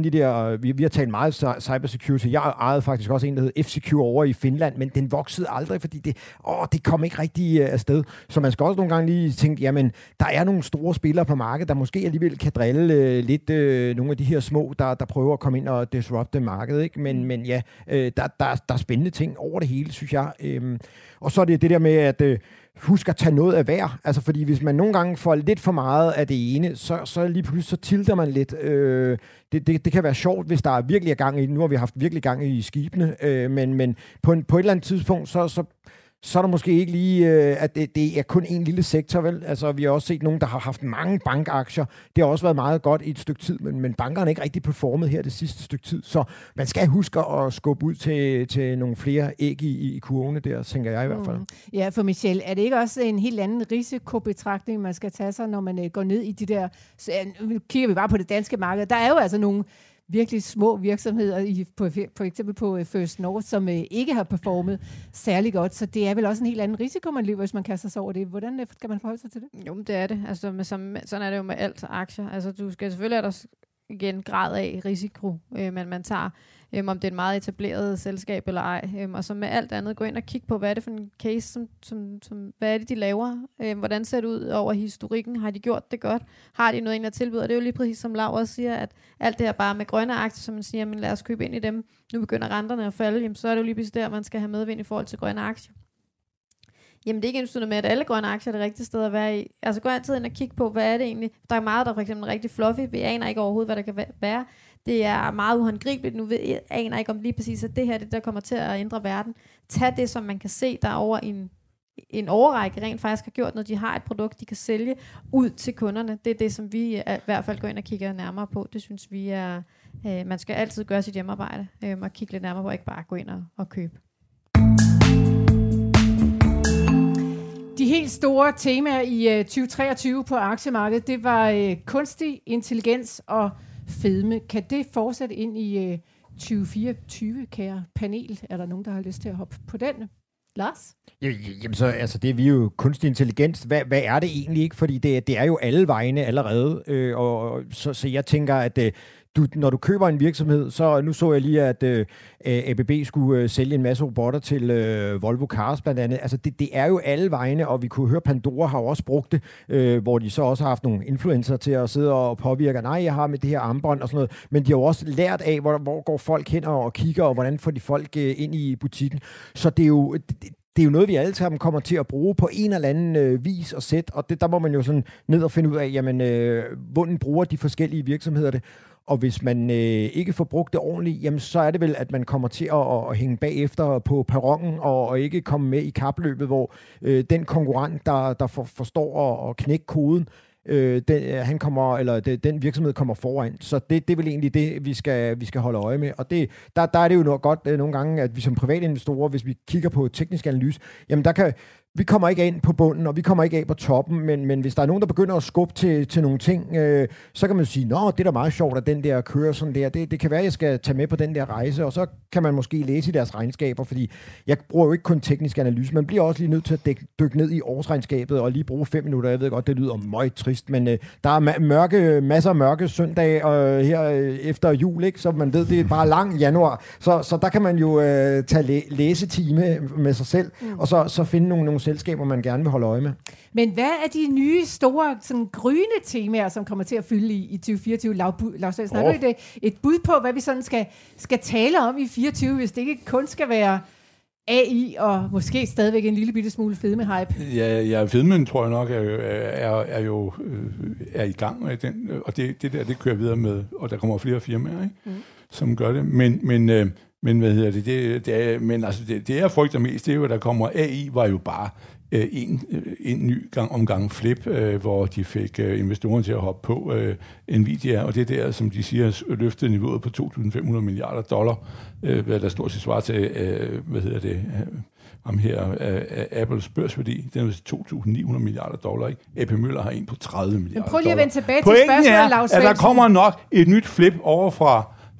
finde de der, vi, vi har talt meget cybersecurity. Jeg ejede faktisk også en, der hed F-Secure over i Finland, men den voksede aldrig, fordi det, åh, det kom ikke rigtig uh, afsted. Så man skal også nogle gange lige tænke, jamen, der er nogle store spillere på markedet, der måske alligevel kan drille uh, lidt uh, nogle af de her små, der, der prøver at komme ind og disrupte markedet, ikke? Men, men ja, uh, der, der, der er spændende ting over det hele, synes jeg. Um, og så er det det der med, at uh, husk at tage noget af hver. Altså, fordi hvis man nogle gange får lidt for meget af det ene, så, så lige pludselig så tilter man lidt. Øh, det, det, det kan være sjovt, hvis der er virkelig gang i. Nu har vi haft virkelig gang i skibene, øh, men, men på, en, på et eller andet tidspunkt, så, så, så er der måske ikke lige, øh, at det, det er kun en lille sektor, vel? Altså, vi har også set nogen, der har haft mange bankaktier. Det har også været meget godt i et stykke tid, men, men bankerne er ikke rigtig performet her det sidste stykke tid. Så man skal huske at skubbe ud til, til nogle flere æg i, i kurvene der, tænker jeg i hvert fald. Mm. Ja, for Michelle, er det ikke også en helt anden risikobetragtning, man skal tage sig, når man uh, går ned i de der... Så, uh, nu kigger vi bare på det danske marked. Der er jo altså nogle virkelig små virksomheder, i, på, for eksempel på First North, som øh, ikke har performet særlig godt. Så det er vel også en helt anden risiko, man løber, hvis man kaster sig over det. Hvordan øh, skal man forholde sig til det? Jo, det er det. Altså, med, som, sådan er det jo med alt aktier. Altså, du skal selvfølgelig have der igen grad af risiko, øh, men man tager, øh, om det er et meget etableret selskab eller ej. Øh, og så med alt andet, gå ind og kigge på, hvad er det for en case, som, som, som, hvad er det, de laver? Øh, hvordan ser det ud over historikken? Har de gjort det godt? Har de noget, der tilbyder? Det er jo lige præcis, som Laura også siger, at alt det her bare med grønne aktier, som man siger, men lad os købe ind i dem. Nu begynder renterne at falde, jamen, så er det jo lige præcis der, man skal have medvind i forhold til grønne aktier. Jamen det er ikke ensbetydende med, at alle grønne aktier er det rigtige sted at være i. Altså gå altid ind og kigge på, hvad er det egentlig? Der er meget, der er for eksempel rigtig fluffy. Vi aner ikke overhovedet, hvad der kan være. Det er meget uhåndgribeligt. Nu ved, aner ikke om lige præcis, at det her det der kommer til at ændre verden. Tag det, som man kan se, der over en, en overrække rent faktisk har gjort, når de har et produkt, de kan sælge ud til kunderne. Det er det, som vi i hvert fald går ind og kigger nærmere på. Det synes vi er, øh, man skal altid gøre sit hjemmearbejde øh, og kigge lidt nærmere på, ikke bare gå ind og, og købe. De helt store temaer i uh, tyve treogtyve på aktiemarkedet, det var uh, kunstig intelligens og fedme. Kan det fortsætte ind i uh, tyve fireogtyve, kære panel? Er der nogen, der har lyst til at hoppe på den? Lars? Jamen så, altså det er vi jo kunstig intelligens. Hvad, hvad er det egentlig ikke? Fordi det, det er jo alle vegne allerede. Øh, og så, så jeg tænker, at øh, du, når du køber en virksomhed, så nu så jeg lige, at øh, A B B skulle øh, sælge en masse robotter til øh, Volvo Cars blandt andet. Altså det, det er jo alle vegne, og vi kunne høre, Pandora har også brugt det, øh, hvor de så også har haft nogle influencer til at sidde og påvirke, nej, jeg har med det her armbånd og sådan noget, men de har jo også lært af, hvor, hvor går folk hen og kigger, og hvordan får de folk øh, ind i butikken. Så det er jo... Det, Det er jo noget, vi alle sammen kommer til at bruge på en eller anden øh, vis og sæt, og det, der må man jo sådan ned og finde ud af, jamen, øh, hvordan bruger de forskellige virksomheder det. Og hvis man øh, ikke får brugt det ordentligt, jamen, så er det vel, at man kommer til at, at hænge bagefter på perronen og, og ikke komme med i kapløbet, hvor øh, den konkurrent, der, der for, forstår at, at knække koden, Øh, den, han kommer, eller det, den virksomhed kommer foran. Så det, det er vel egentlig det, vi skal, vi skal holde øje med. Og det, der, der er det jo noget godt øh, nogle gange, at vi som private investorer, hvis vi kigger på teknisk analyse, jamen der kan, vi kommer ikke ind på bunden, og vi kommer ikke af på toppen, men, men hvis der er nogen, der begynder at skubbe til, til nogle ting, øh, så kan man sige, nå, det er da meget sjovt, at den der kører sådan der. Det, det kan være, at jeg skal tage med på den der rejse, og så kan man måske læse i deres regnskaber, fordi jeg bruger jo ikke kun teknisk analyse, man bliver også lige nødt til at dæk, dykke ned i årsregnskabet og lige bruge fem minutter. Jeg ved godt, det lyder meget trist, men øh, der er ma- mørke, masser af mørke søndag øh, her øh, efter jul, ikke? Så man ved, det er bare lang januar. Så, så der kan man jo øh, tage læ- læsetime med sig selv, mm. og så, så finde nogle, nogle selskaber, man gerne vil holde øje med. Men hvad er de nye, store, sådan gryne temaer, som kommer til at fylde i, i tyve fireogtyve? Lars, har du et, et bud på, hvad vi sådan skal, skal tale om i fireogtyve, hvis det ikke kun skal være A I og måske stadigvæk en lille bitte smule fedme-hype? Ja, ja, fedmen tror jeg nok er, er, er jo er i gang med den, og det, det der, det kører videre med, og der kommer flere firmaer, ikke, mm. som gør det. Men, men, men hvad hedder det? det, det er, men altså, det, det jeg frygter mest, det er jo, at der kommer A I, var jo bare øh, en, en ny gang omgang flip, øh, hvor de fik øh, investorerne til at hoppe på øh, Nvidia, og det der, som de siger, løftede niveauet på to tusind fem hundrede milliarder dollar, øh, hvad der stort set svarer til, øh, hvad hedder det, øh, om her, øh, Apples børsværdi, den er to tusind ni hundrede milliarder dollar, ikke? A P Møller har en på tredive milliarder dollar. Prøv lige at vende tilbage til Pointen spørgsmålet, er, Lars at der kommer nok et nyt flip over fra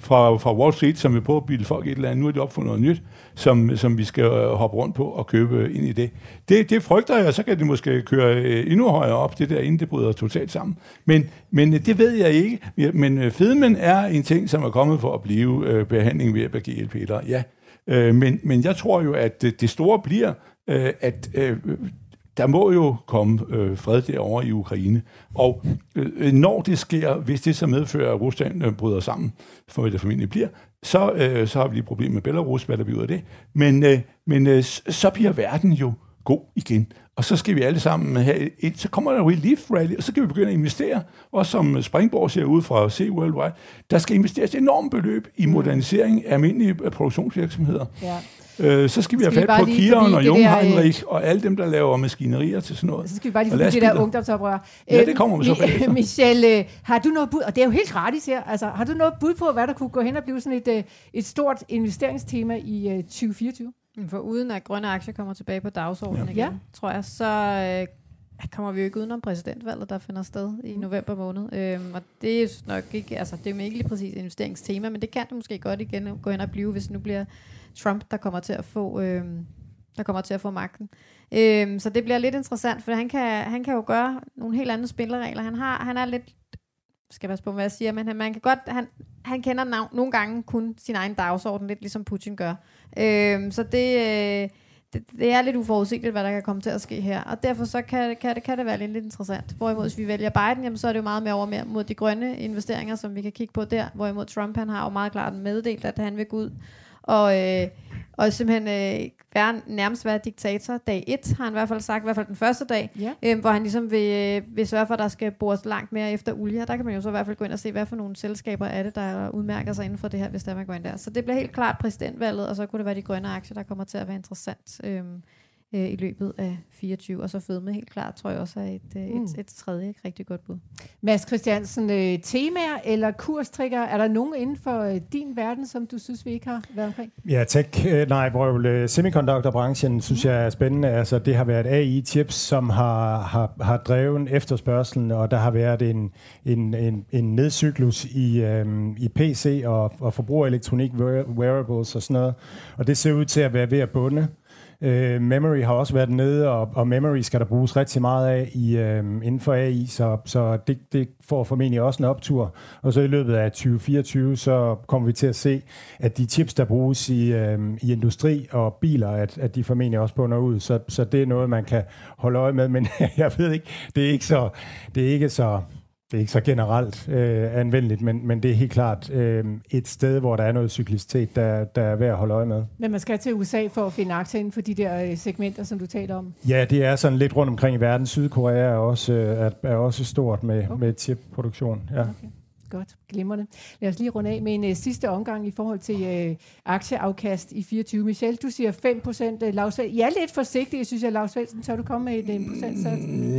fra, fra Wall Street, som vil på at bilde folk et eller andet. Nu er de opfundet noget nyt, som, som vi skal hoppe rundt på og købe ind i det. Det, det frygter jeg, så kan det måske køre endnu højere op, det der, inden det bryder totalt sammen. Men, men det ved jeg ikke. Men fedmen er en ting, som er kommet for at blive øh, behandling ved hjælp af G L P'er. Ja. Øh, men, men jeg tror jo, at det store bliver, øh, at øh, der må jo komme øh, fred derovre i Ukraine. Og øh, når det sker, hvis det så medfører, at Rusland øh, bryder sammen, for hvad det formentlig bliver, så, øh, så har vi lige et problem med Belarus, hvad der bliver ud af det. Men, øh, men øh, så bliver verden jo god igen. Og så skal vi alle sammen have et, så kommer der jo Relief Rally, og så kan vi begynde at investere, også som Springborg ser ud fra C Worldwide. Der skal investeres enormt beløb i modernisering af almindelige produktionsvirksomheder. Ja. Øh, så skal vi skal have fat på Kiron og Jungheinrich og alle dem, der laver maskinerier til sådan noget. Så skal vi bare lige få det der ungdomsoprør. Ja, det kommer vi så bagefter. Michelle, har du noget bud, og det er jo helt gratis her, altså har du noget bud på, hvad der kunne gå hen og blive sådan et, et stort investeringstema i tyve fireogtyve? For uden at grønne aktier kommer tilbage på dagsordenen ja. igen, ja. tror jeg, så øh, kommer vi jo ikke udenom præsidentvalget, der finder sted i november måned. Øhm, og det er jo nok ikke, altså det er jo ikke lige præcis investeringstema, men det kan det måske godt igen gå hen og blive, hvis det nu bliver Trump, der kommer til at få, øhm, der kommer til at få magten. Øhm, så det bliver lidt interessant, for han kan, han kan jo gøre nogle helt andre spilleregler. Han har, han er lidt, skal jeg passe på, hvad jeg siger, men han, man kan godt, han, han kender navn, nogle gange kun sin egen dagsorden, lidt ligesom Putin gør. Øhm, så det, øh, det, det er lidt uforudsigeligt, hvad der kan komme til at ske her. Og derfor så kan, kan, det, kan det være lidt, lidt interessant. Hvorimod, hvis vi vælger Biden, jamen, så er det jo meget mere over mere mod de grønne investeringer, som vi kan kigge på der. Hvorimod Trump, han har jo meget klart meddelt, at han vil gå ud og, øh, og simpelthen øh, være, nærmest være diktator. Dag et har han i hvert fald sagt, i hvert fald den første dag, ja. øh, hvor han ligesom vil, vil sørge for, at der skal bores langt mere efter olie. Der kan man jo så i hvert fald gå ind og se, hvad for nogle selskaber er det, der udmærker sig inden for det her, hvis der man går ind der. Så det bliver helt klart præsidentvalget, og så kunne det være de grønne aktier, der kommer til at være interessant øh, øh, i løbet af fireogtyve. Og så fedme helt klart, tror jeg også er et, øh, mm. et, et tredje et rigtig godt bud. Mads Christiansen, øh, temaer eller kurstrigger, er der nogen inden for øh, din verden, som du synes, vi ikke har været omkring? Ja, tech, øh, nej, brøvl, semiconductor-branchen synes mm. jeg er spændende. Altså, det har været A I-chips, som har, har, har drevet efterspørgselen, og der har været en, en, en, en nedcyklus i, øh, i P C og, og forbrugerelektronik, wearables og sådan noget. Og det ser ud til at være ved at bunde. Uh, memory har også været nede, og, og memory skal der bruges rigtig meget af i, uh, inden for A I, så, så det, det får formentlig også en optur. Og så i løbet af tyve fireogtyve, så kommer vi til at se, at de chips, der bruges i, uh, i industri og biler, at, at de formentlig også bunder ud. Så, så det er noget, man kan holde øje med, men jeg ved ikke, det er ikke så... Det er ikke så Det er ikke så generelt øh, anvendeligt, men, men det er helt klart øh, et sted, hvor der er noget cyklicitet, der, der er værd at holde øje med. Men man skal til U S A for at finde aktier inden for de der øh, segmenter, som du taler om? Ja, det er sådan lidt rundt omkring i verden. Sydkorea er også, øh, er også stort med, okay. med chip-produktion. Ja. Okay. Godt, glimrende. Lad os lige runde af med en uh, sidste omgang i forhold til uh, aktieafkast i fireogtyve. Michel, du siger fem procent. Uh, Lars Svendsen. Jeg er lidt forsigtig, synes jeg, Lars Svendsen. Tør du komme med et uh, procentsats?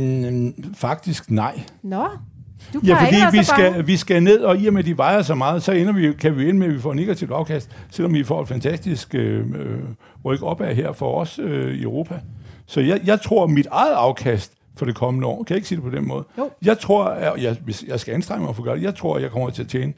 Mm, faktisk nej. Nå, du ja, fordi vi skal, vi skal ned, og i og med, de vejer så meget, så ender vi, kan vi ende med, at vi får negativt afkast, selvom vi får et fantastisk øh, ryk opad her for os øh, i Europa. Så jeg, jeg tror, at mit eget afkast for det kommende år, kan jeg ikke sige det på den måde? Jo. Jeg tror, at jeg, hvis jeg skal anstrenge mig for at gøre det, jeg tror, at jeg kommer til at tjene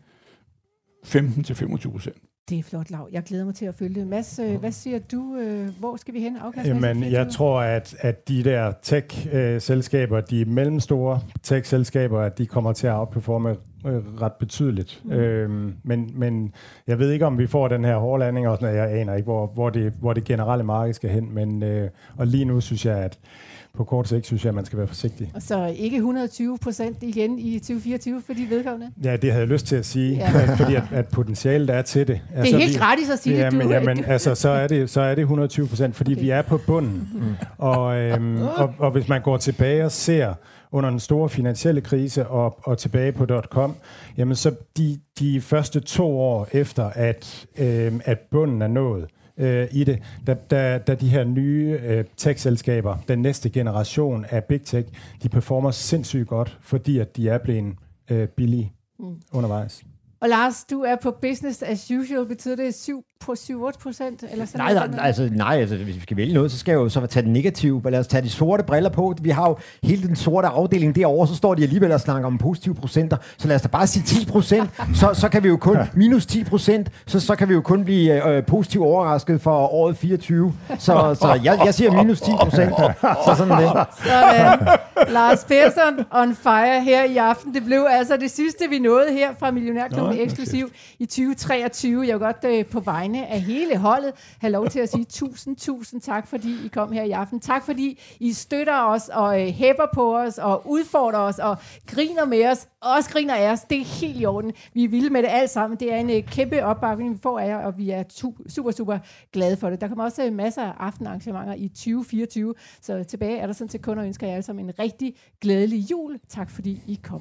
femten til femogtyve procent. Det er flot, Lav. Jeg glæder mig til at følge det. Mads, øh, hvad siger du? Øh, hvor skal vi hen? Jamen, jeg tror, at, at de der tech-selskaber, de mellemstore tech-selskaber, at de kommer til at outperforme øh, ret betydeligt. Mm. Øhm, men, men jeg ved ikke, om vi får den her hårde landing, og sådan, jeg aner ikke, hvor, hvor, det, hvor det generelle marked skal hen. Men, øh, og lige nu synes jeg, at på kort sigt synes jeg, at man skal være forsigtig. Og så ikke et hundrede og tyve procent igen i tyve fireogtyve for de vedkommende? Ja, det havde jeg lyst til at sige, ja. fordi at, at potentialet er til det. Det er altså, helt vi, gratis at sige jamen, det, du. Jamen, altså, så er det, så er det et hundrede og tyve procent, fordi okay. vi er på bunden. Mm. Og, øhm, og, og hvis man går tilbage og ser under den store finansielle krise og, og tilbage på .com, jamen så de, de første to år efter, at, øhm, at bunden er nået, i det, da, da, da de her nye øh, tech-selskaber, den næste generation af big tech, de performer sindssygt godt, fordi at de er blevet øh, billige mm. undervejs. Og Lars, du er på business as usual. Betyder det syv på syv otte procent? Eller sådan nej, noget? nej, altså, nej, altså, hvis vi skal vælge noget, så skal jeg jo så tage det negative. Lad os tage de sorte briller på. Vi har jo hele den sorte afdeling derovre, så står de alligevel og snakker om positive procenter. Så lad os da bare sige ti procent, så, så kan vi jo kun, minus ti procent, så, så kan vi jo kun blive øh, positivt overrasket for året fireogtyve. Så, så jeg, jeg siger minus ti procent. Så sådan det. Sådan. Lars Persson on fire her i aften. Det blev altså det sidste, vi nåede her fra Millionærklubben Eksklusiv i tyve treogtyve. Jeg vil godt øh, på vegne af hele holdet have lov til at sige tusind, tusind tak, fordi I kom her i aften. Tak, fordi I støtter os og øh, hæpper på os og udfordrer os og griner med os. Også griner af os. Det er helt i orden. Vi er vilde med det alt sammen. Det er en øh, kæmpe opbakning, vi får af jer, og vi er tu- super, super glade for det. Der kommer også øh, masser af aftenarrangementer i tyve fireogtyve, så tilbage er der sådan til kun at ønske jer alle sammen en rigtig glædelig jul. Tak, fordi I kom.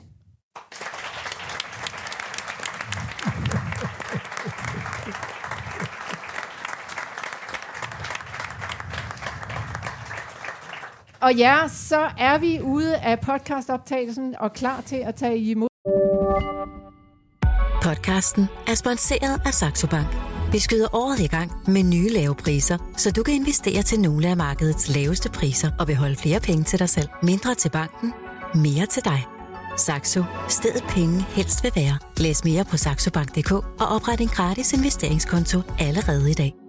Og ja, så er vi ude af podcastoptagelsen og klar til at tage imod. Podcasten er sponsoreret af Saxo Bank. Vi skyder året i gang med nye lave priser, så du kan investere til nogle af markedets laveste priser og beholde flere penge til dig selv. Mindre til banken, mere til dig. Saxo. Stedet penge helst vil være. Læs mere på saxobank punktum d k og opret en gratis investeringskonto allerede i dag.